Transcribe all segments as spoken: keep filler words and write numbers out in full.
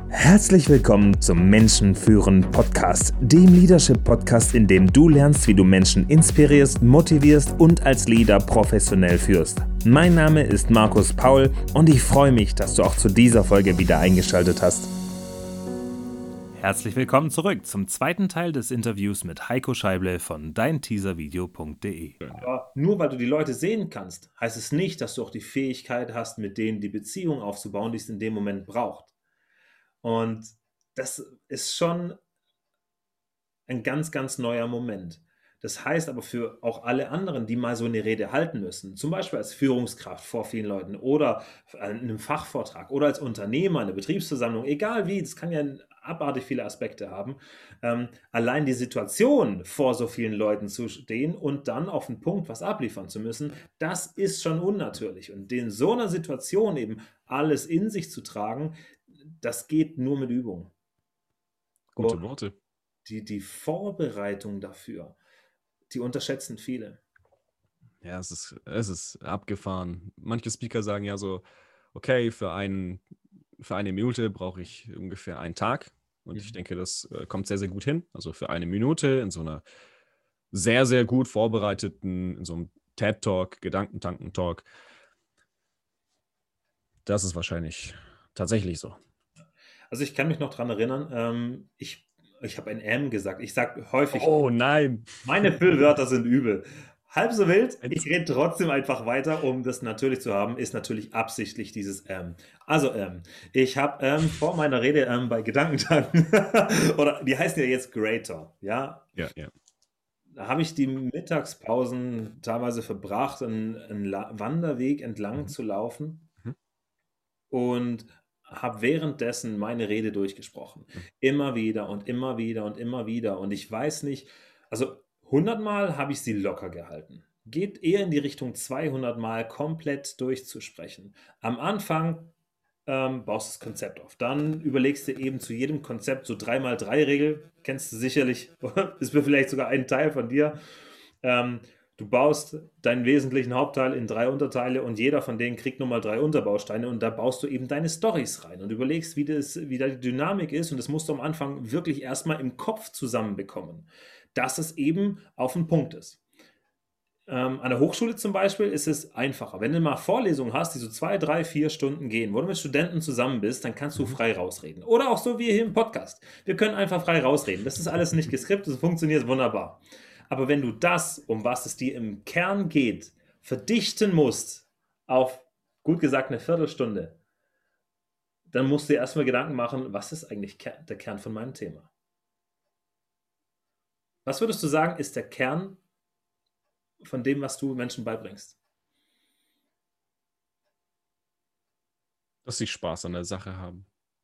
Herzlich willkommen zum Menschen führen Podcast, dem Leadership-Podcast, in dem du lernst, wie du Menschen inspirierst, motivierst und als Leader professionell führst. Mein Name ist Markus Paul und ich freue mich, dass du auch zu dieser Folge wieder eingeschaltet hast. Herzlich willkommen zurück zum zweiten Teil des Interviews mit Heiko Scheible von dein teaser video punkt de. Aber nur weil du die Leute sehen kannst, heißt es nicht, dass du auch die Fähigkeit hast, mit denen die Beziehung aufzubauen, die es in dem Moment braucht. Und das ist schon ein ganz, ganz neuer Moment. Das heißt aber für auch alle anderen, die mal so eine Rede halten müssen, zum Beispiel als Führungskraft vor vielen Leuten oder in einem Fachvortrag oder als Unternehmer, eine Betriebsversammlung, egal wie, das kann ja abartig viele Aspekte haben, ähm, allein die Situation, vor so vielen Leuten zu stehen und dann auf den Punkt was abliefern zu müssen, das ist schon unnatürlich. Und in so einer Situation eben alles in sich zu tragen, das geht nur mit Übung. Gute Und Worte. die, die Vorbereitung dafür, die unterschätzen viele. Ja, es ist, es ist abgefahren. Manche Speaker sagen ja so, okay, für, ein, für eine Minute brauche ich ungefähr einen Tag. Und Mhm. ich denke, das äh, kommt sehr, sehr gut hin. Also für eine Minute in so einer sehr, sehr gut vorbereiteten, in so einem TED-Talk, Gedankentanken-Talk. Das ist wahrscheinlich tatsächlich so. Also ich kann mich noch dran erinnern, ähm, ich, ich habe ein M gesagt. Ich sage häufig, Oh nein! meine Füllwörter sind übel. Halb so wild, ich rede trotzdem einfach weiter, um das natürlich zu haben, ist natürlich absichtlich dieses M. Also ähm, ich habe ähm, vor meiner Rede ähm, bei Gedankentanken, oder die heißen ja jetzt Greater, ja, Ja, ja. da habe ich die Mittagspausen teilweise verbracht, einen, einen La- Wanderweg entlang Mhm. zu laufen Mhm. und habe währenddessen meine Rede durchgesprochen. Mhm. Immer wieder und immer wieder und immer wieder. Und ich weiß nicht, also hundert Mal habe ich sie locker gehalten. Geht eher in die Richtung zweihundert Mal komplett durchzusprechen. Am Anfang ähm, baust das Konzept auf. Dann überlegst du eben zu jedem Konzept so drei mal drei Regel. Kennst du sicherlich, ist mir vielleicht sogar ein Teil von dir. Ähm, du baust deinen wesentlichen Hauptteil in drei Unterteile und jeder von denen kriegt nochmal drei Unterbausteine und da baust du eben deine Storys rein und überlegst, wie, das, wie da die Dynamik ist und das musst du am Anfang wirklich erstmal im Kopf zusammenbekommen, dass es eben auf den Punkt ist. Ähm, an der Hochschule zum Beispiel ist es einfacher. Wenn du mal Vorlesungen hast, die so zwei, drei, vier Stunden gehen, wo du mit Studenten zusammen bist, dann kannst du Mhm. frei rausreden. Oder auch so wie hier im Podcast. Wir können einfach frei rausreden. Das ist alles nicht geskriptet, das funktioniert wunderbar. Aber wenn du das, um was es dir im Kern geht, verdichten musst auf, gut gesagt, eine Viertelstunde, dann musst du dir erstmal Gedanken machen, was ist eigentlich Ker- der Kern von meinem Thema? Was würdest du sagen, ist der Kern von dem, was du Menschen beibringst? Dass sie Spaß an der Sache haben.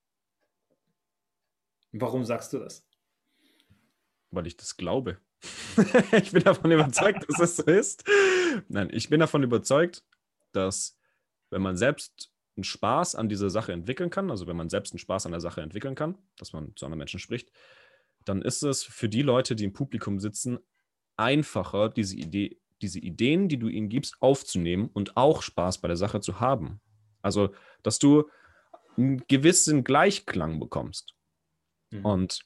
Warum sagst du das? Weil ich das glaube. Ich bin davon überzeugt, dass es so ist. Nein, ich bin davon überzeugt, dass wenn man selbst einen Spaß an dieser Sache entwickeln kann, also wenn man selbst einen Spaß an der Sache entwickeln kann, dass man zu anderen Menschen spricht, dann ist es für die Leute, die im Publikum sitzen, einfacher, diese Idee, diese Ideen, die du ihnen gibst, aufzunehmen und auch Spaß bei der Sache zu haben. Also, dass du einen gewissen Gleichklang bekommst. Mhm. Und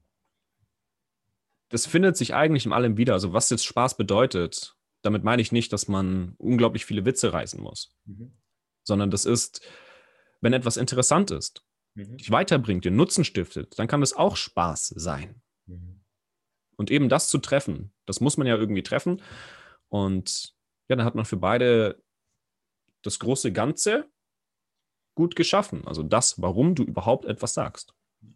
das findet sich eigentlich in allem wieder. Also was jetzt Spaß bedeutet, damit meine ich nicht, dass man unglaublich viele Witze reißen muss, Mhm. sondern das ist, wenn etwas interessant ist, Mhm. dich weiterbringt, dir Nutzen stiftet, dann kann das auch Spaß sein. Mhm. Und eben das zu treffen, das muss man ja irgendwie treffen. Und ja, dann hat man für beide das große Ganze gut geschaffen. Also das, warum du überhaupt etwas sagst.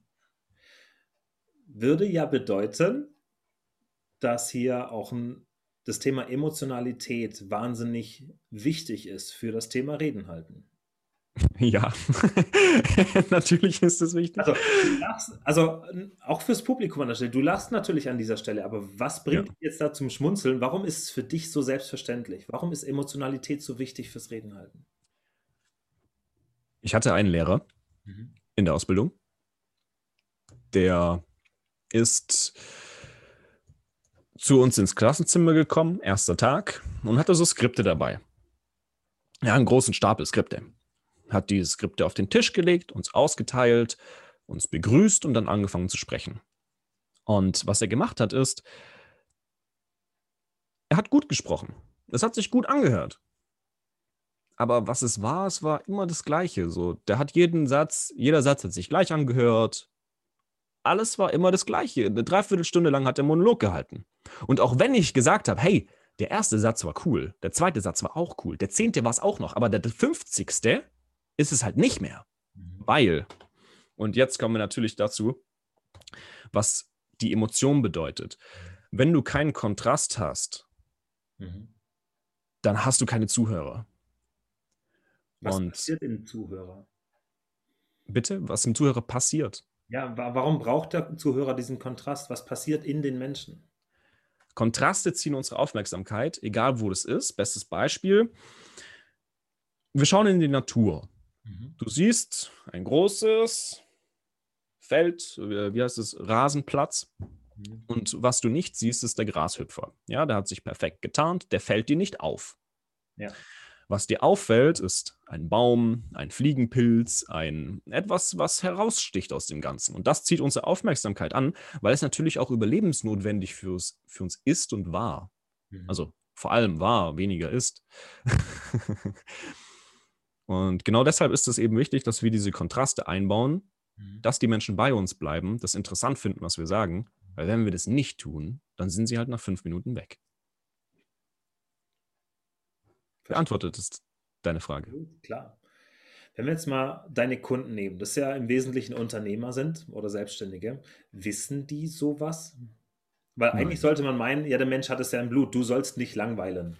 Würde ja bedeuten, dass hier auch ein, das Thema Emotionalität wahnsinnig wichtig ist für das Thema Reden halten. Ja, natürlich ist das wichtig. Also, du lachst, also n- auch fürs Publikum an der Stelle, du lachst natürlich an dieser Stelle, aber was bringt Ja. dich jetzt da zum Schmunzeln? Warum ist es für dich so selbstverständlich? Warum ist Emotionalität so wichtig fürs Reden halten? Ich hatte einen Lehrer Mhm. in der Ausbildung, der ist zu uns ins Klassenzimmer gekommen, erster Tag, und hatte so Skripte dabei. Ja, einen großen Stapel Skripte. Hat die Skripte auf den Tisch gelegt, uns ausgeteilt, uns begrüßt und dann angefangen zu sprechen. Und was er gemacht hat, ist, er hat gut gesprochen. Es hat sich gut angehört. Aber was es war, es war immer das Gleiche. So, der hat jeden Satz, jeder Satz hat sich gleich angehört. Alles war immer das Gleiche. Eine Dreiviertelstunde lang hat er Monolog gehalten. Und auch wenn ich gesagt habe, hey, der erste Satz war cool, der zweite Satz war auch cool, der zehnte war es auch noch, aber der fünfzigste ist es halt nicht mehr. Mhm. Weil, und jetzt kommen wir natürlich dazu, was die Emotion bedeutet. Wenn du keinen Kontrast hast, Mhm. dann hast du keine Zuhörer. Was Und passiert im Zuhörer? bitte, was im Zuhörer passiert? Ja, wa warum braucht der Zuhörer diesen Kontrast? Was passiert in den Menschen? Kontraste ziehen unsere Aufmerksamkeit, egal wo das ist. Bestes Beispiel, wir schauen in die Natur. Mhm. Du siehst ein großes Feld, äh, wie heißt es, Rasenplatz. Mhm. Und was du nicht siehst, ist der Grashüpfer. Ja, der hat sich perfekt getarnt, der fällt dir nicht auf. Ja. Was dir auffällt, ist ein Baum, ein Fliegenpilz, ein etwas, was heraussticht aus dem Ganzen. Und das zieht unsere Aufmerksamkeit an, weil es natürlich auch überlebensnotwendig fürs, für uns ist und war. Mhm. Also vor allem war, weniger ist. Und genau deshalb ist es eben wichtig, dass wir diese Kontraste einbauen, Mhm. dass die Menschen bei uns bleiben, das interessant finden, was wir sagen. Weil wenn wir das nicht tun, dann sind sie halt nach fünf Minuten weg. Beantwortet ist deine Frage. Gut, klar. Wenn wir jetzt mal deine Kunden nehmen, das ja im Wesentlichen Unternehmer sind oder Selbstständige, wissen die sowas? Weil Nein. eigentlich sollte man meinen, ja, der Mensch hat es ja im Blut, du sollst nicht langweilen.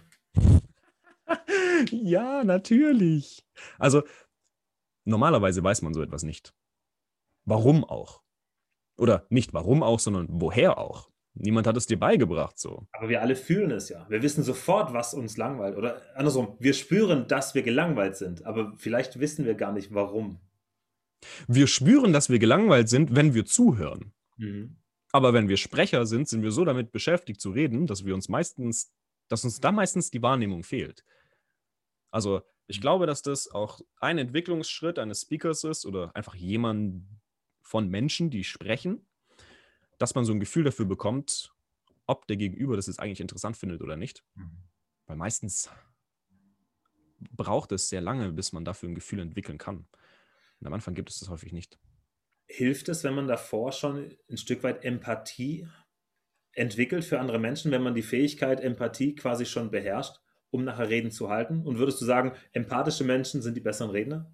Ja, natürlich. Also normalerweise weiß man so etwas nicht. Warum auch? Oder nicht warum auch, sondern woher auch? Niemand hat es dir beigebracht so. Aber wir alle fühlen es ja. Wir wissen sofort, was uns langweilt. Oder andersrum, wir spüren, dass wir gelangweilt sind, aber vielleicht wissen wir gar nicht, warum. Wir spüren, dass wir gelangweilt sind, wenn wir zuhören. Mhm. Aber wenn wir Sprecher sind, sind wir so damit beschäftigt zu reden, dass wir uns meistens, dass uns da meistens die Wahrnehmung fehlt. Also ich glaube, dass das auch ein Entwicklungsschritt eines Speakers ist oder einfach jemand von Menschen, die sprechen, dass man so ein Gefühl dafür bekommt, ob der Gegenüber das jetzt eigentlich interessant findet oder nicht. Mhm. Weil meistens braucht es sehr lange, bis man dafür ein Gefühl entwickeln kann. Und am Anfang gibt es das häufig nicht. Hilft es, wenn man davor schon ein Stück weit Empathie entwickelt für andere Menschen, wenn man die Fähigkeit, Empathie quasi schon beherrscht, um nachher Reden zu halten? Und würdest du sagen, empathische Menschen sind die besseren Redner?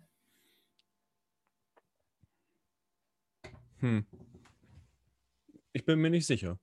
Hm. Ich bin mir nicht sicher.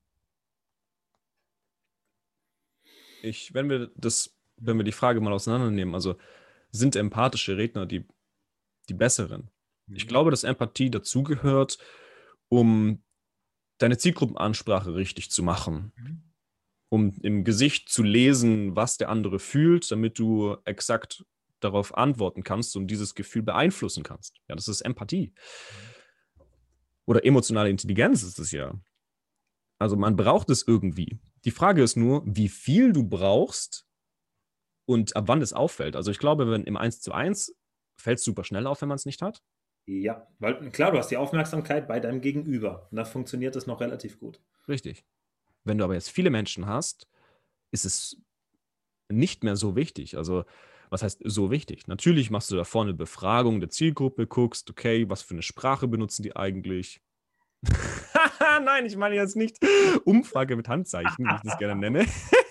Ich, wenn wir das, wenn wir die Frage mal auseinandernehmen, also sind empathische Redner die, die besseren? Ich glaube, dass Empathie dazugehört, um deine Zielgruppenansprache richtig zu machen, Mhm. um im Gesicht zu lesen, was der andere fühlt, damit du exakt darauf antworten kannst und dieses Gefühl beeinflussen kannst. Ja, das ist Empathie. Oder emotionale Intelligenz ist es ja. Also man braucht es irgendwie. Die Frage ist nur, wie viel du brauchst und ab wann es auffällt. Also ich glaube, wenn im eins zu eins fällt es super schnell auf, wenn man es nicht hat. Ja, weil klar, du hast die Aufmerksamkeit bei deinem Gegenüber. Und da funktioniert das noch relativ gut. Richtig. Wenn du aber jetzt viele Menschen hast, ist es nicht mehr so wichtig. Also was heißt so wichtig? Natürlich machst du da vorne eine Befragung der Zielgruppe, guckst, okay, was für eine Sprache benutzen die eigentlich? Nein, ich meine jetzt nicht Umfrage mit Handzeichen, wie ich das gerne nenne,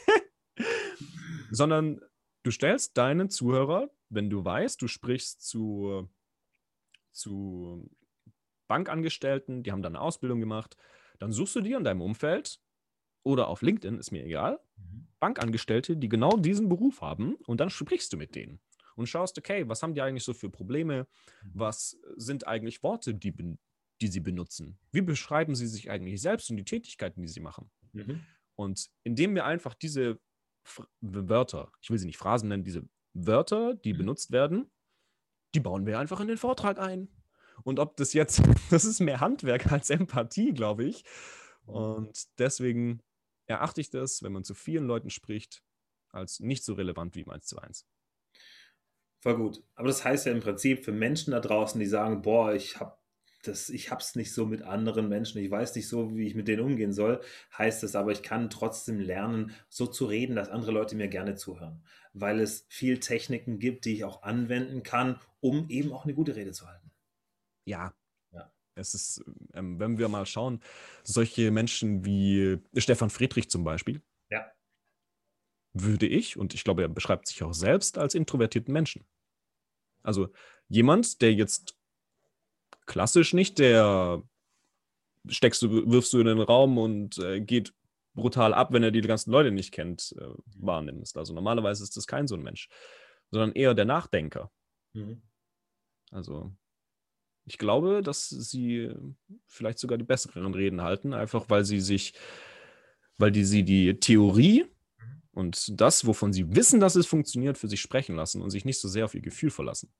sondern du stellst deinen Zuhörer, wenn du weißt, du sprichst zu, zu Bankangestellten, die haben da eine Ausbildung gemacht, dann suchst du dir in deinem Umfeld oder auf LinkedIn, ist mir egal, Mhm. Bankangestellte, die genau diesen Beruf haben und dann sprichst du mit denen und schaust, okay, was haben die eigentlich so für Probleme, was sind eigentlich Worte, die, ben- die sie benutzen, wie beschreiben sie sich eigentlich selbst und die Tätigkeiten, die sie machen. Mhm. Und indem wir einfach diese F- Wörter, ich will sie nicht Phrasen nennen, diese Wörter, die Mhm. benutzt werden, die bauen wir einfach in den Vortrag ein. Und ob das jetzt, das ist mehr Handwerk als Empathie, glaube ich. Und deswegen erachte ich das, wenn man zu vielen Leuten spricht, als nicht so relevant wie im eins zu eins. Voll gut. Aber das heißt ja im Prinzip für Menschen da draußen, die sagen, boah, ich habe das, ich habe es nicht so mit anderen Menschen, ich weiß nicht so, wie ich mit denen umgehen soll, heißt es aber, ich kann trotzdem lernen, so zu reden, dass andere Leute mir gerne zuhören, weil es viel Techniken gibt, die ich auch anwenden kann, um eben auch eine gute Rede zu halten. Ja, Ja. es ist, ähm, wenn wir mal schauen, solche Menschen wie Stefan Friedrich zum Beispiel, Ja. würde ich, und ich glaube, er beschreibt sich auch selbst als introvertierten Menschen. Also jemand, der jetzt klassisch nicht, der steckst du, wirfst du in den Raum und äh, geht brutal ab, wenn er die ganzen Leute nicht kennt, äh, wahrnimmst. Also normalerweise ist das kein so ein Mensch, sondern eher der Nachdenker. Mhm. Also ich glaube, dass sie vielleicht sogar die besseren Reden halten, einfach weil sie sich, weil die sie die Theorie und das, wovon sie wissen, dass es funktioniert, für sich sprechen lassen und sich nicht so sehr auf ihr Gefühl verlassen.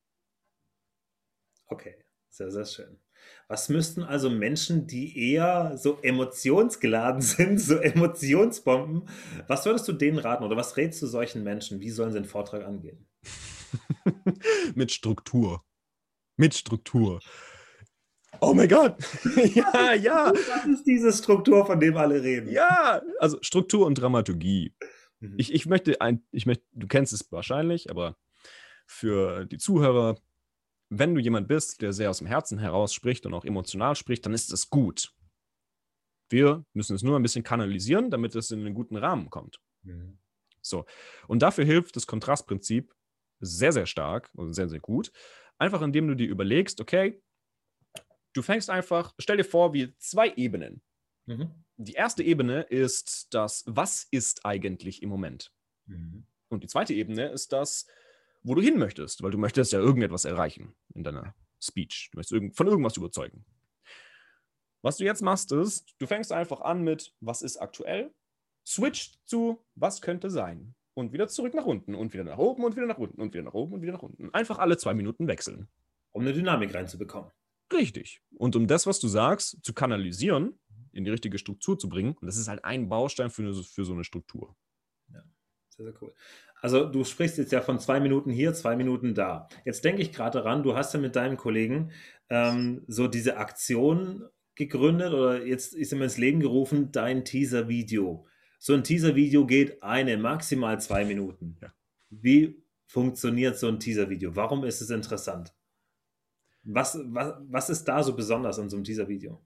Okay, sehr, sehr schön. Was müssten also Menschen, die eher so emotionsgeladen sind, so Emotionsbomben, was würdest du denen raten oder was rätst du solchen Menschen? Wie sollen sie den Vortrag angehen? Mit Struktur. Mit Struktur. Oh mein Gott. ja, ja. Was ist diese Struktur, von dem alle reden? Ja, also Struktur und Dramaturgie. Mhm. Ich, ich möchte ein, ich möchte, du kennst es wahrscheinlich, aber für die Zuhörer, wenn du jemand bist, der sehr aus dem Herzen heraus spricht und auch emotional spricht, dann ist das gut. Wir müssen es nur ein bisschen kanalisieren, damit es in einen guten Rahmen kommt. Mhm. So. Und dafür hilft das Kontrastprinzip sehr, sehr stark und sehr, sehr gut. Einfach indem du dir überlegst, okay, du fängst einfach, stell dir vor, wie zwei Ebenen. Mhm. Die erste Ebene ist das, was ist eigentlich im Moment? Mhm. Und die zweite Ebene ist das, wo du hin möchtest, weil du möchtest ja irgendetwas erreichen in deiner Speech. Du möchtest von irgendwas überzeugen. Was du jetzt machst, ist, du fängst einfach an mit, was ist aktuell, switcht zu, was könnte sein. Und wieder zurück nach unten und wieder nach oben und wieder nach unten und wieder nach oben und wieder nach unten. Einfach alle zwei Minuten wechseln. Um eine Dynamik reinzubekommen. Richtig. Und um das, was du sagst, zu kanalisieren, in die richtige Struktur zu bringen. Und das ist halt ein Baustein für, eine, für so eine Struktur. Ja, sehr, sehr cool. Also du sprichst jetzt ja von zwei Minuten hier, zwei Minuten da. Jetzt denke ich gerade daran, du hast ja mit deinem Kollegen ähm, so diese Aktion gegründet oder jetzt ist ihm ins Leben gerufen, dein Teaser-Video. So ein Teaser-Video geht eine, maximal zwei Minuten. Ja. Wie funktioniert so ein Teaser-Video? Warum ist es interessant? Was, was, was ist da so besonders an so einem Teaser-Video?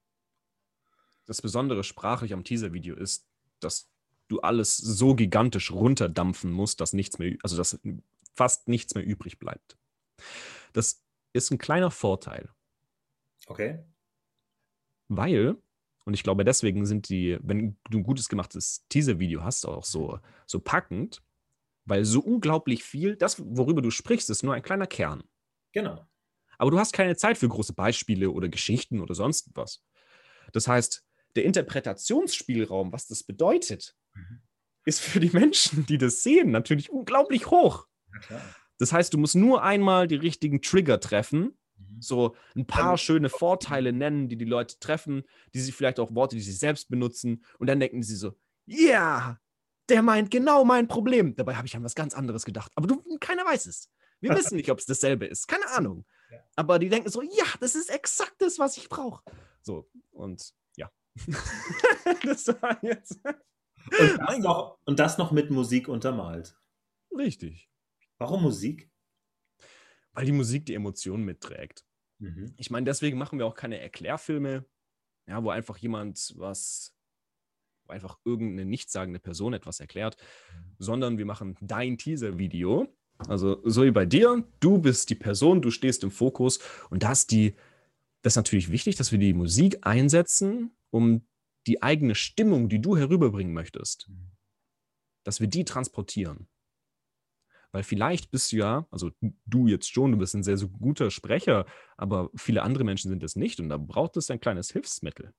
Das Besondere sprachlich am Teaser-Video ist, dass du alles so gigantisch runterdampfen musst, dass nichts mehr, also dass fast nichts mehr übrig bleibt. Das ist ein kleiner Vorteil. Okay. Weil, und ich glaube, deswegen sind die, wenn du ein gutes gemachtes Teaser-Video hast, auch so, so packend, weil so unglaublich viel, das, worüber du sprichst, ist nur ein kleiner Kern. Genau. Aber du hast keine Zeit für große Beispiele oder Geschichten oder sonst was. Das heißt, der Interpretationsspielraum, was das bedeutet, mhm. ist für die Menschen, die das sehen, natürlich unglaublich hoch. Ja, klar. Das heißt, du musst nur einmal die richtigen Trigger treffen, mhm. so ein paar Dann, schöne Vorteile nennen, die die Leute treffen, die sie vielleicht auch Worte, die sie selbst benutzen, und dann denken sie so, ja, yeah, der meint genau mein Problem. Dabei habe ich an was ganz anderes gedacht. Aber du, keiner weiß es. Wir wissen nicht, ob es dasselbe ist. Keine Ahnung. Ja. Aber die denken so, ja, das ist exakt das, was ich brauche. So, und ja. das war jetzt. Und das, noch, und das noch mit Musik untermalt. Richtig. Warum Musik? Weil die Musik die Emotionen mitträgt. Mhm. Ich meine, deswegen machen wir auch keine Erklärfilme, ja, wo einfach jemand was, wo einfach irgendeine nichtssagende Person etwas erklärt, mhm. sondern wir machen dein Teaser-Video. Also so wie bei dir, du bist die Person, du stehst im Fokus, und da ist die, das ist natürlich wichtig, dass wir die Musik einsetzen, um die eigene Stimmung, die du herüberbringen möchtest, mhm. dass wir die transportieren. Weil vielleicht bist du ja, also du jetzt schon, du bist ein sehr, sehr guter Sprecher, aber viele andere Menschen sind es nicht, und da braucht es ein kleines Hilfsmittel.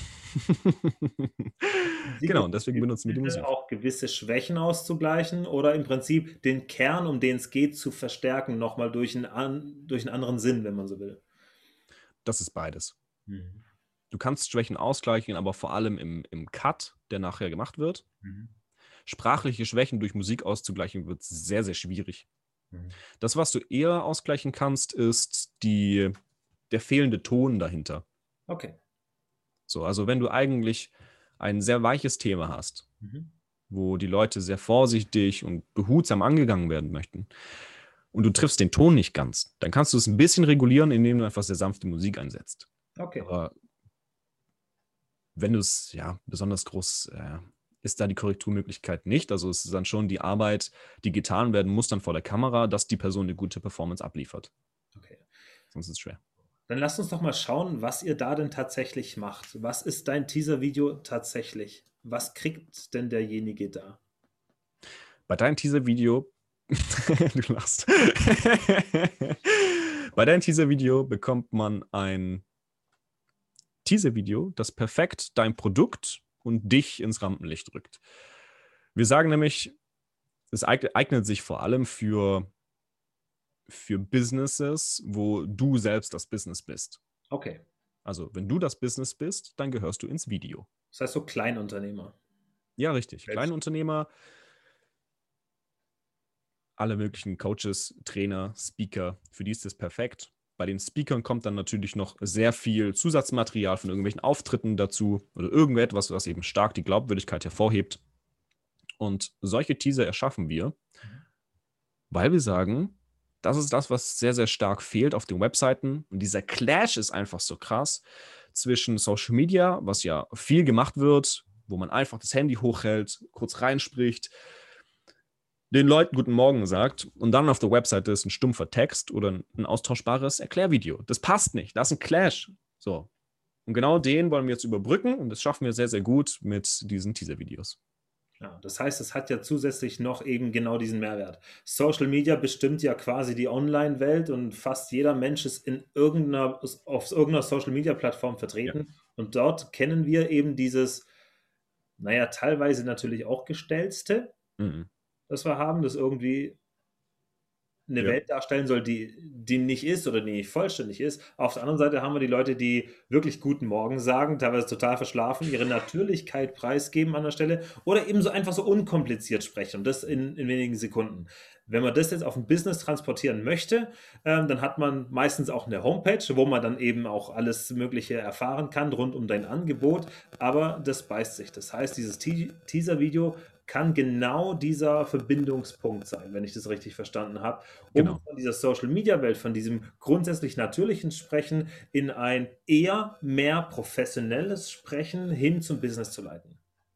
Genau, und deswegen benutzen wir die Musik. Auch gewisse Schwächen auszugleichen oder im Prinzip den Kern, um den es geht, zu verstärken, nochmal durch einen, durch einen anderen Sinn, wenn man so will. Das ist beides. Mhm. Du kannst Schwächen ausgleichen, aber vor allem im, im Cut, der nachher gemacht wird. Mhm. Sprachliche Schwächen durch Musik auszugleichen, wird sehr, sehr schwierig. Mhm. Das, was du eher ausgleichen kannst, ist die der fehlende Ton dahinter. Okay. So, also wenn du eigentlich ein sehr weiches Thema hast, Mhm. wo die Leute sehr vorsichtig und behutsam angegangen werden möchten und du triffst den Ton nicht ganz, dann kannst du es ein bisschen regulieren, indem du einfach sehr sanfte Musik einsetzt. Okay. Aber wenn du es, ja, besonders groß, äh, ist da die Korrekturmöglichkeit nicht. Also es ist dann schon die Arbeit, die getan werden muss dann vor der Kamera, dass die Person eine gute Performance abliefert. Okay. Sonst ist es schwer. Dann lasst uns doch mal schauen, was ihr da denn tatsächlich macht. Was ist dein Teaser-Video tatsächlich? Was kriegt denn derjenige da? Bei deinem Teaser-Video, du lachst. Bei deinem Teaser-Video bekommt man ein Teaser-Video, das perfekt dein Produkt und dich ins Rampenlicht rückt. Wir sagen nämlich, es eig- eignet sich vor allem für, für Businesses, wo du selbst das Business bist. Okay. Also, wenn du das Business bist, dann gehörst du ins Video. Das heißt so Kleinunternehmer. Ja, richtig. Selbst- Kleinunternehmer, alle möglichen Coaches, Trainer, Speaker, für die ist das perfekt. Bei den Speakern kommt dann natürlich noch sehr viel Zusatzmaterial von irgendwelchen Auftritten dazu oder irgendetwas, was eben stark die Glaubwürdigkeit hervorhebt. Und solche Teaser erschaffen wir, weil wir sagen, das ist das, was sehr, sehr stark fehlt auf den Webseiten. Und dieser Clash ist einfach so krass zwischen Social Media, was ja viel gemacht wird, wo man einfach das Handy hochhält, kurz reinspricht, den Leuten Guten Morgen sagt und dann auf der Webseite ist ein stumpfer Text oder ein austauschbares Erklärvideo. Das passt nicht. Das ist ein Clash. So. Und genau den wollen wir jetzt überbrücken und das schaffen wir sehr, sehr gut mit diesen Teaser-Videos. Ja, das heißt, es hat ja zusätzlich noch eben genau diesen Mehrwert. Social Media bestimmt ja quasi die Online-Welt und fast jeder Mensch ist in irgendeiner, auf irgendeiner Social-Media-Plattform vertreten. Ja. Und dort kennen wir eben dieses, naja, teilweise natürlich auch gestellste, mhm. das wir haben, das irgendwie eine ja. Welt darstellen soll, die, die nicht ist oder die nicht vollständig ist. Auf der anderen Seite haben wir die Leute, die wirklich Guten Morgen sagen, teilweise total verschlafen, ihre Natürlichkeit preisgeben an der Stelle oder eben so einfach so unkompliziert sprechen und das in, in wenigen Sekunden. Wenn man das jetzt auf ein Business transportieren möchte, ähm, dann hat man meistens auch eine Homepage, wo man dann eben auch alles Mögliche erfahren kann rund um dein Angebot, aber das beißt sich. Das heißt, dieses Te- Teaser-Video kann genau dieser Verbindungspunkt sein, wenn ich das richtig verstanden habe, um Genau. von dieser Social-Media-Welt, von diesem grundsätzlich natürlichen Sprechen in ein eher mehr professionelles Sprechen hin zum Business zu leiten.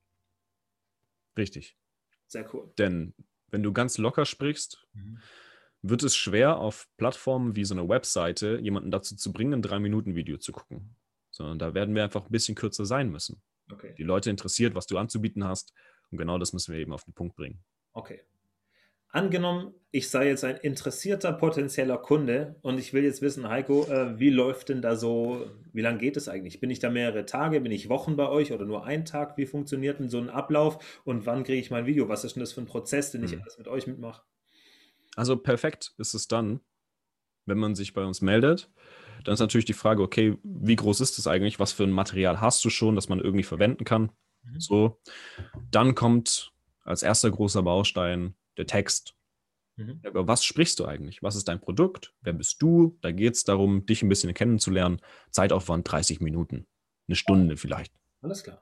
Richtig. Sehr cool. Denn wenn du ganz locker sprichst, mhm. wird es schwer, auf Plattformen wie so eine Webseite jemanden dazu zu bringen, ein drei Minuten Video zu gucken. Sondern da werden wir einfach ein bisschen kürzer sein müssen. Okay. Die Leute interessiert, was du anzubieten hast. Und genau das müssen wir eben auf den Punkt bringen. Okay. Angenommen, ich sei jetzt ein interessierter potenzieller Kunde und ich will jetzt wissen, Heiko, äh, wie läuft denn da so, wie lange geht es eigentlich? Bin ich da mehrere Tage, bin ich Wochen bei euch oder nur einen Tag? Wie funktioniert denn so ein Ablauf und wann kriege ich mein Video? Was ist denn das für ein Prozess, den ich hm. alles mit euch mitmache? Also perfekt ist es dann, wenn man sich bei uns meldet. Dann ist natürlich die Frage, okay, wie groß ist das eigentlich? Was für ein Material hast du schon, das man irgendwie verwenden kann? Mhm. So, dann kommt als erster großer Baustein der Text. Mhm. Über was sprichst du eigentlich? Was ist dein Produkt? Wer bist du? Da geht es darum, dich ein bisschen kennenzulernen. Zeitaufwand dreißig Minuten. Eine Stunde vielleicht. Alles klar.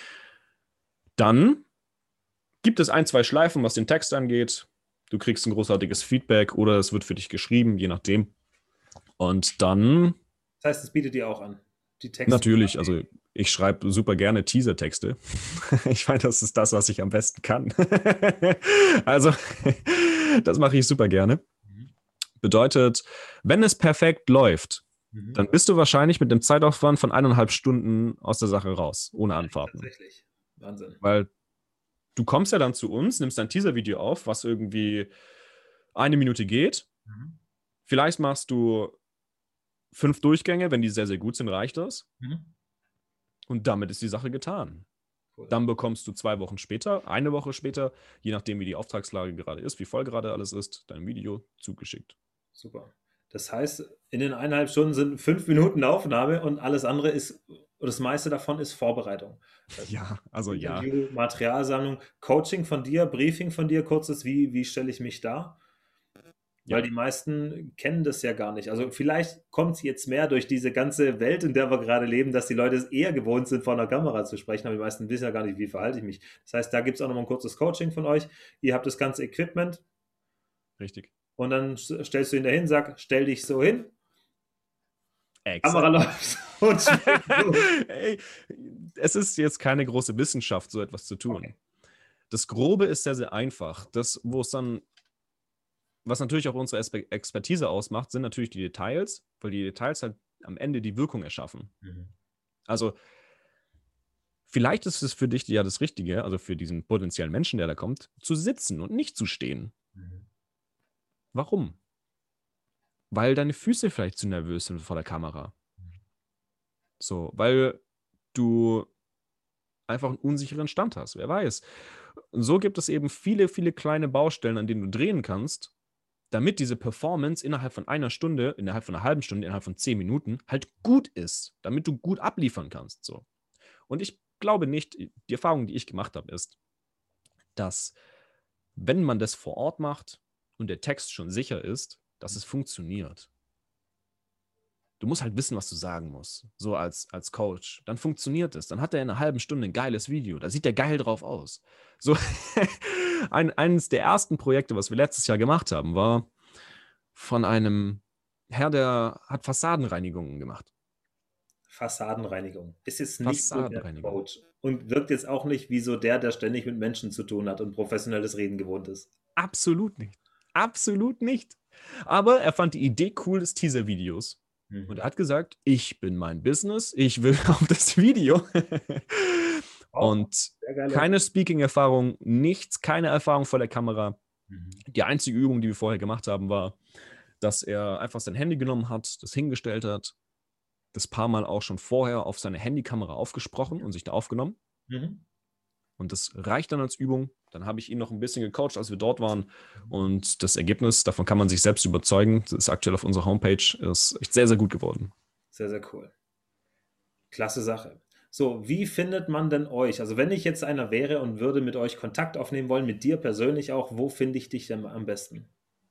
Dann gibt es ein, zwei Schleifen, was den Text angeht. Du kriegst ein großartiges Feedback oder es wird für dich geschrieben, je nachdem. Und dann... Das heißt, es bietet dir auch an. Die Texte. Natürlich, also ich schreibe super gerne Teaser-Texte. Ich meine, das ist das, was ich am besten kann. Also, das mache ich super gerne. Mhm. Bedeutet, wenn es perfekt läuft, mhm. dann bist du wahrscheinlich mit dem Zeitaufwand von eineinhalb Stunden aus der Sache raus, ohne Anfahrten. Tatsächlich. Wahnsinn. Weil du kommst ja dann zu uns, nimmst ein Teaser-Video auf, was irgendwie eine Minute geht. Mhm. Vielleicht machst du fünf Durchgänge, wenn die sehr, sehr gut sind, reicht das. Mhm. Und damit ist die Sache getan. Cool. Dann bekommst du zwei Wochen später, eine Woche später, je nachdem, wie die Auftragslage gerade ist, wie voll gerade alles ist, dein Video zugeschickt. Super. Das heißt, in den eineinhalb Stunden sind fünf Minuten Aufnahme und alles andere ist, das meiste davon ist Vorbereitung. Ja, also ja. Interview, Materialsammlung, Coaching von dir, Briefing von dir, kurzes, wie, wie stelle ich mich da? Weil Ja. die meisten kennen das ja gar nicht. Also vielleicht kommt es jetzt mehr durch diese ganze Welt, in der wir gerade leben, dass die Leute es eher gewohnt sind, vor einer Kamera zu sprechen, aber die meisten wissen ja gar nicht, wie verhalte ich mich. Das heißt, da gibt es auch nochmal ein kurzes Coaching von euch. Ihr habt das ganze Equipment Richtig. und dann s- stellst du ihn dahin, sag, stell dich so hin, Kamera Exakt. läuft und schlägt los. Ey, es ist jetzt keine große Wissenschaft, so etwas zu tun. Okay. Das Grobe ist sehr, sehr einfach. Das, wo es dann, was natürlich auch unsere Espe- Expertise ausmacht, sind natürlich die Details, weil die Details halt am Ende die Wirkung erschaffen. Mhm. Also, vielleicht ist es für dich ja das Richtige, also für diesen potenziellen Menschen, der da kommt, zu sitzen und nicht zu stehen. Mhm. Warum? Weil deine Füße vielleicht zu nervös sind vor der Kamera. So, weil du einfach einen unsicheren Stand hast, wer weiß. Und so gibt es eben viele, viele kleine Baustellen, an denen du drehen kannst, damit diese Performance innerhalb von einer Stunde, innerhalb von einer halben Stunde, innerhalb von zehn Minuten halt gut ist, damit du gut abliefern kannst. So. Und ich glaube nicht, die Erfahrung, die ich gemacht habe, ist, dass wenn man das vor Ort macht und der Text schon sicher ist, dass es funktioniert. Du musst halt wissen, was du sagen musst, so als, als Coach. Dann funktioniert es. Dann hat er in einer halben Stunde ein geiles Video. Da sieht der geil drauf aus. So, ein, eines der ersten Projekte, was wir letztes Jahr gemacht haben, war von einem Herr, der hat Fassadenreinigungen gemacht. Fassadenreinigung. Ist jetzt nicht so der Fassadenreinigung. Coach und wirkt jetzt auch nicht wie so der, der ständig mit Menschen zu tun hat und professionelles Reden gewohnt ist. Absolut nicht. Absolut nicht. Aber er fand die Idee cool des Teaser-Videos. Mhm. Und er hat gesagt, ich bin mein Business, ich will auf das Video. Auch Und sehr geile- keine Speaking-Erfahrung, nichts, keine Erfahrung vor der Kamera. Mhm. Die einzige Übung, die wir vorher gemacht haben, war, dass er einfach sein Handy genommen hat, das hingestellt hat, das paar Mal auch schon vorher auf seine Handykamera aufgesprochen und sich da aufgenommen. Mhm. Und das reicht dann als Übung. Dann habe ich ihn noch ein bisschen gecoacht, als wir dort waren. Und das Ergebnis, davon kann man sich selbst überzeugen, das ist aktuell auf unserer Homepage, ist echt sehr, sehr gut geworden. Sehr, sehr cool. Klasse Sache. So, wie findet man denn euch? Also wenn ich jetzt einer wäre und würde mit euch Kontakt aufnehmen wollen, mit dir persönlich auch, wo finde ich dich denn am besten?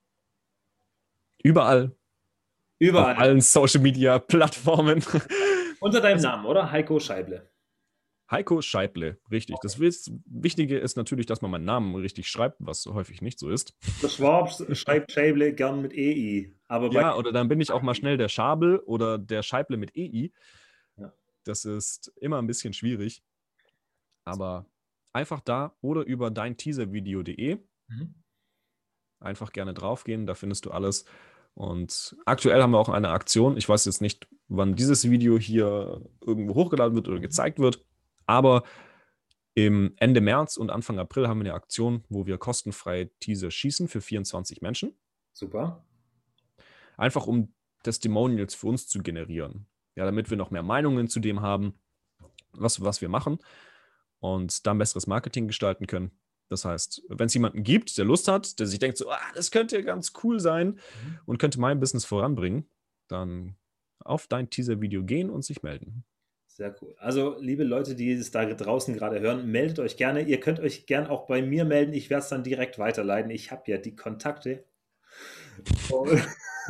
Überall, auf Überall. allen Social-Media-Plattformen. Unter deinem Also- Namen, oder? Heiko Scheible. Heiko Scheible, richtig. Das Wiss- Wichtige ist natürlich, dass man meinen Namen richtig schreibt, was häufig nicht so ist. Der Schwab schreibt Scheible gern mit E I. Aber bei Ja, oder dann bin ich auch mal schnell der Schabel oder der Scheible mit E I. Ja. Das ist immer ein bisschen schwierig. Aber einfach da oder über deinteaservideo punkt de Mhm. einfach gerne draufgehen, da findest du alles. Und aktuell haben wir auch eine Aktion. Ich weiß jetzt nicht, wann dieses Video hier irgendwo hochgeladen wird oder gezeigt wird, aber im Ende März und Anfang April haben wir eine Aktion, wo wir kostenfrei Teaser schießen für vierundzwanzig Menschen. Super. Einfach um Testimonials für uns zu generieren. Ja, damit wir noch mehr Meinungen zu dem haben, was, was wir machen und da ein besseres Marketing gestalten können. Das heißt, wenn es jemanden gibt, der Lust hat, der sich denkt, so, ah, das könnte ganz cool sein Mhm. und könnte mein Business voranbringen, dann auf dein Teaser-Video gehen und sich melden. Sehr cool. Also, liebe Leute, die es da draußen gerade hören, meldet euch gerne. Ihr könnt euch gern auch bei mir melden. Ich werde es dann direkt weiterleiten. Ich habe ja die Kontakte. Und,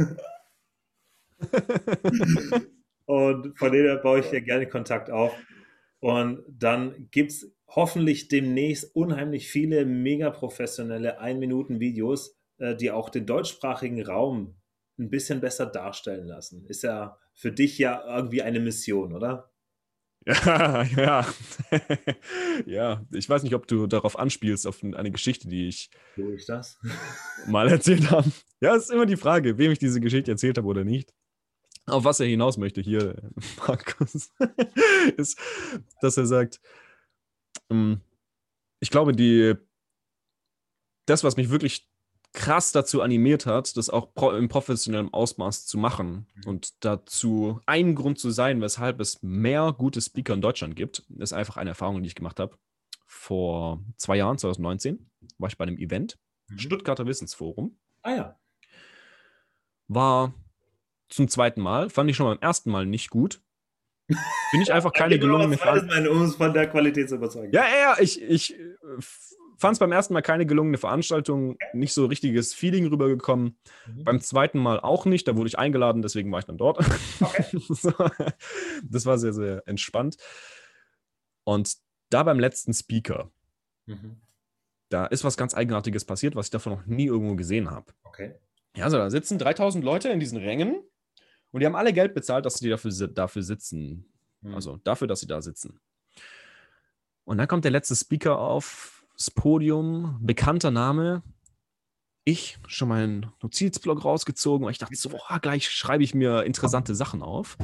und von denen baue ich ja gerne Kontakt auf. Und dann gibt es hoffentlich demnächst unheimlich viele mega professionelle ein-Minuten-Videos, äh, die auch den deutschsprachigen Raum ein bisschen besser darstellen lassen. Ist ja für dich ja irgendwie eine Mission, oder? Ja, ja. Ja, ich weiß nicht, ob du darauf anspielst, auf eine Geschichte, die ich Tue ich das? mal erzählt habe. Ja, es ist immer die Frage, wem ich diese Geschichte erzählt habe oder nicht. Auf was er hinaus möchte hier, Markus, ist, dass er sagt, ähm, ich glaube, die, das, was mich wirklich krass dazu animiert hat, das auch pro, im professionellen Ausmaß zu machen Mhm. und dazu ein Grund zu sein, weshalb es mehr gute Speaker in Deutschland gibt, ist einfach eine Erfahrung, die ich gemacht habe. Vor zwei Jahren, zwanzig neunzehn, war ich bei einem Event, Mhm. Stuttgarter Wissensforum, Ah ja. war zum zweiten Mal, fand ich schon beim ersten Mal nicht gut. Bin ich einfach Da keine gibt es noch gelungene was Zweites, Veranstaltung. meine, um uns von der Qualität zu überzeugen. Ja, ja, ja, ich, ich äh, f- fand es beim ersten Mal keine gelungene Veranstaltung, nicht so richtiges Feeling rübergekommen. Mhm. Beim zweiten Mal auch nicht, da wurde ich eingeladen, deswegen war ich dann dort. Okay. So, das war sehr, sehr entspannt. Und da beim letzten Speaker, mhm. da ist was ganz Eigenartiges passiert, was ich davon noch nie irgendwo gesehen habe. Okay. Ja, also da sitzen dreitausend Leute in diesen Rängen und die haben alle Geld bezahlt, dass sie dafür, dafür sitzen. Mhm. Also dafür, dass sie da sitzen. Und dann kommt der letzte Speaker aufs Podium, bekannter Name. Ich schon meinen Notizblock rausgezogen, weil ich dachte so, boah, gleich schreibe ich mir interessante Sachen auf.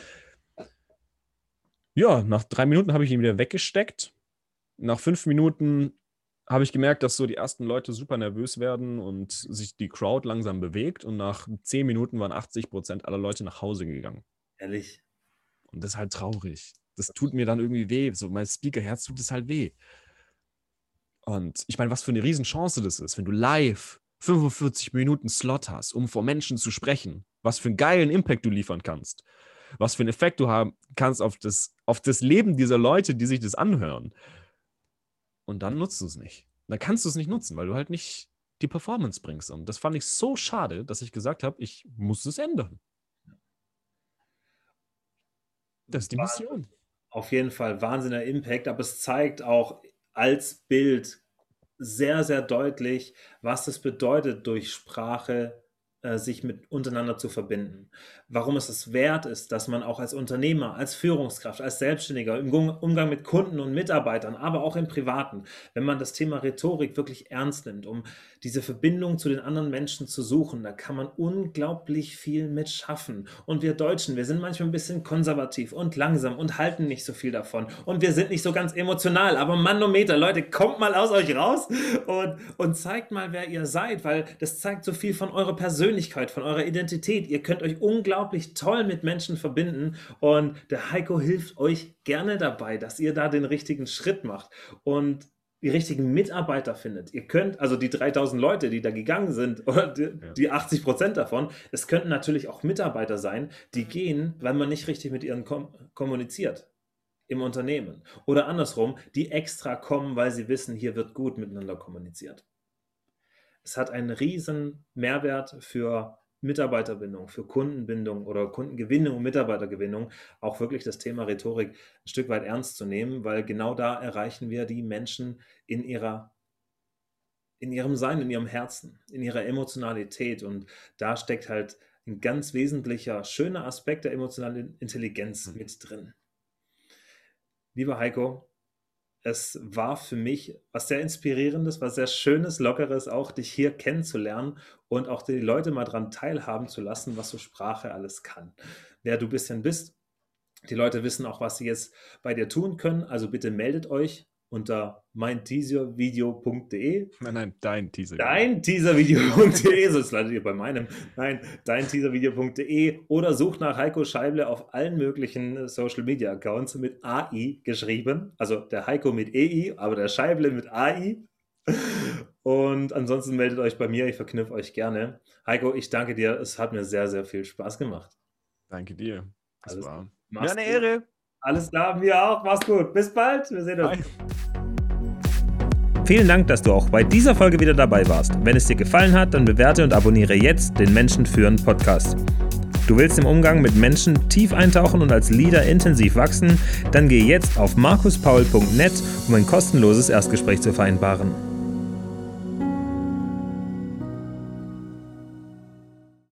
Ja, nach drei Minuten habe ich ihn wieder weggesteckt. Nach fünf Minuten habe ich gemerkt, dass so die ersten Leute super nervös werden und sich die Crowd langsam bewegt. Und nach zehn Minuten waren achtzig Prozent aller Leute nach Hause gegangen. Ehrlich? Und das ist halt traurig. Das tut mir dann irgendwie weh. So mein Speakerherz tut es halt weh. Und ich meine, was für eine Riesenchance das ist, wenn du live fünfundvierzig Minuten Slot hast, um vor Menschen zu sprechen. Was für einen geilen Impact du liefern kannst. Was für einen Effekt du haben kannst auf das, auf das Leben dieser Leute, die sich das anhören. Und dann nutzt du es nicht. Dann kannst du es nicht nutzen, weil du halt nicht die Performance bringst. Und das fand ich so schade, dass ich gesagt habe, ich muss es ändern. Das ist die Mission. Auf jeden Fall wahnsinniger Impact, aber es zeigt auch als Bild sehr, sehr deutlich, was es bedeutet, durch Sprache äh, sich mit untereinander zu verbinden. Warum es es wert ist, dass man auch als Unternehmer, als Führungskraft, als Selbstständiger im Umgang mit Kunden und Mitarbeitern, aber auch im Privaten, wenn man das Thema Rhetorik wirklich ernst nimmt, um diese Verbindung zu den anderen Menschen zu suchen, da kann man unglaublich viel mit schaffen. Und wir Deutschen, wir sind manchmal ein bisschen konservativ und langsam und halten nicht so viel davon. Und wir sind nicht so ganz emotional, aber Manometer, Leute, kommt mal aus euch raus und, und zeigt mal, wer ihr seid, weil das zeigt so viel von eurer Persönlichkeit, von eurer Identität. Ihr könnt euch unglaublich toll mit Menschen verbinden und der Heiko hilft euch gerne dabei, dass ihr da den richtigen Schritt macht und die richtigen Mitarbeiter findet. Ihr könnt, also die dreitausend Leute, die da gegangen sind, oder die, ja. die achtzig Prozent davon, es könnten natürlich auch Mitarbeiter sein, die gehen, weil man nicht richtig mit ihnen kom- kommuniziert im Unternehmen. Oder andersrum, die extra kommen, weil sie wissen, hier wird gut miteinander kommuniziert. Es hat einen riesen Mehrwert für Mitarbeiterbindung, für Kundenbindung oder Kundengewinnung und Mitarbeitergewinnung, auch wirklich das Thema Rhetorik ein Stück weit ernst zu nehmen, weil genau da erreichen wir die Menschen in ihrer, in ihrem Sein, in ihrem Herzen, in ihrer Emotionalität und da steckt halt ein ganz wesentlicher, schöner Aspekt der emotionalen Intelligenz mhm. mit drin. Lieber Heiko, es war für mich was sehr Inspirierendes, was sehr Schönes, Lockeres, auch dich hier kennenzulernen und auch die Leute mal dran teilhaben zu lassen, was so Sprache alles kann. Wer du ein bisschen bist, die Leute wissen auch, was sie jetzt bei dir tun können, also bitte meldet euch unter mein teaser video punkt de. Nein, nein, dein Teaser. Dein teaser video punkt de, sonst landet ihr bei meinem. Nein, dein teaser video punkt de oder sucht nach Heiko Scheible auf allen möglichen Social Media Accounts mit A I geschrieben. Also der Heiko mit E I, aber der Scheible mit A I. Und ansonsten meldet euch bei mir, ich verknüpfe euch gerne. Heiko, ich danke dir, es hat mir sehr, sehr viel Spaß gemacht. Danke dir. Das Alles war mir eine Ehre. Alles klar, mir auch. Mach's gut. Bis bald. Wir sehen uns. Bye. Vielen Dank, dass du auch bei dieser Folge wieder dabei warst. Wenn es dir gefallen hat, dann bewerte und abonniere jetzt den Menschen führen Podcast. Du willst im Umgang mit Menschen tief eintauchen und als Leader intensiv wachsen? Dann geh jetzt auf markus paul punkt net, um ein kostenloses Erstgespräch zu vereinbaren.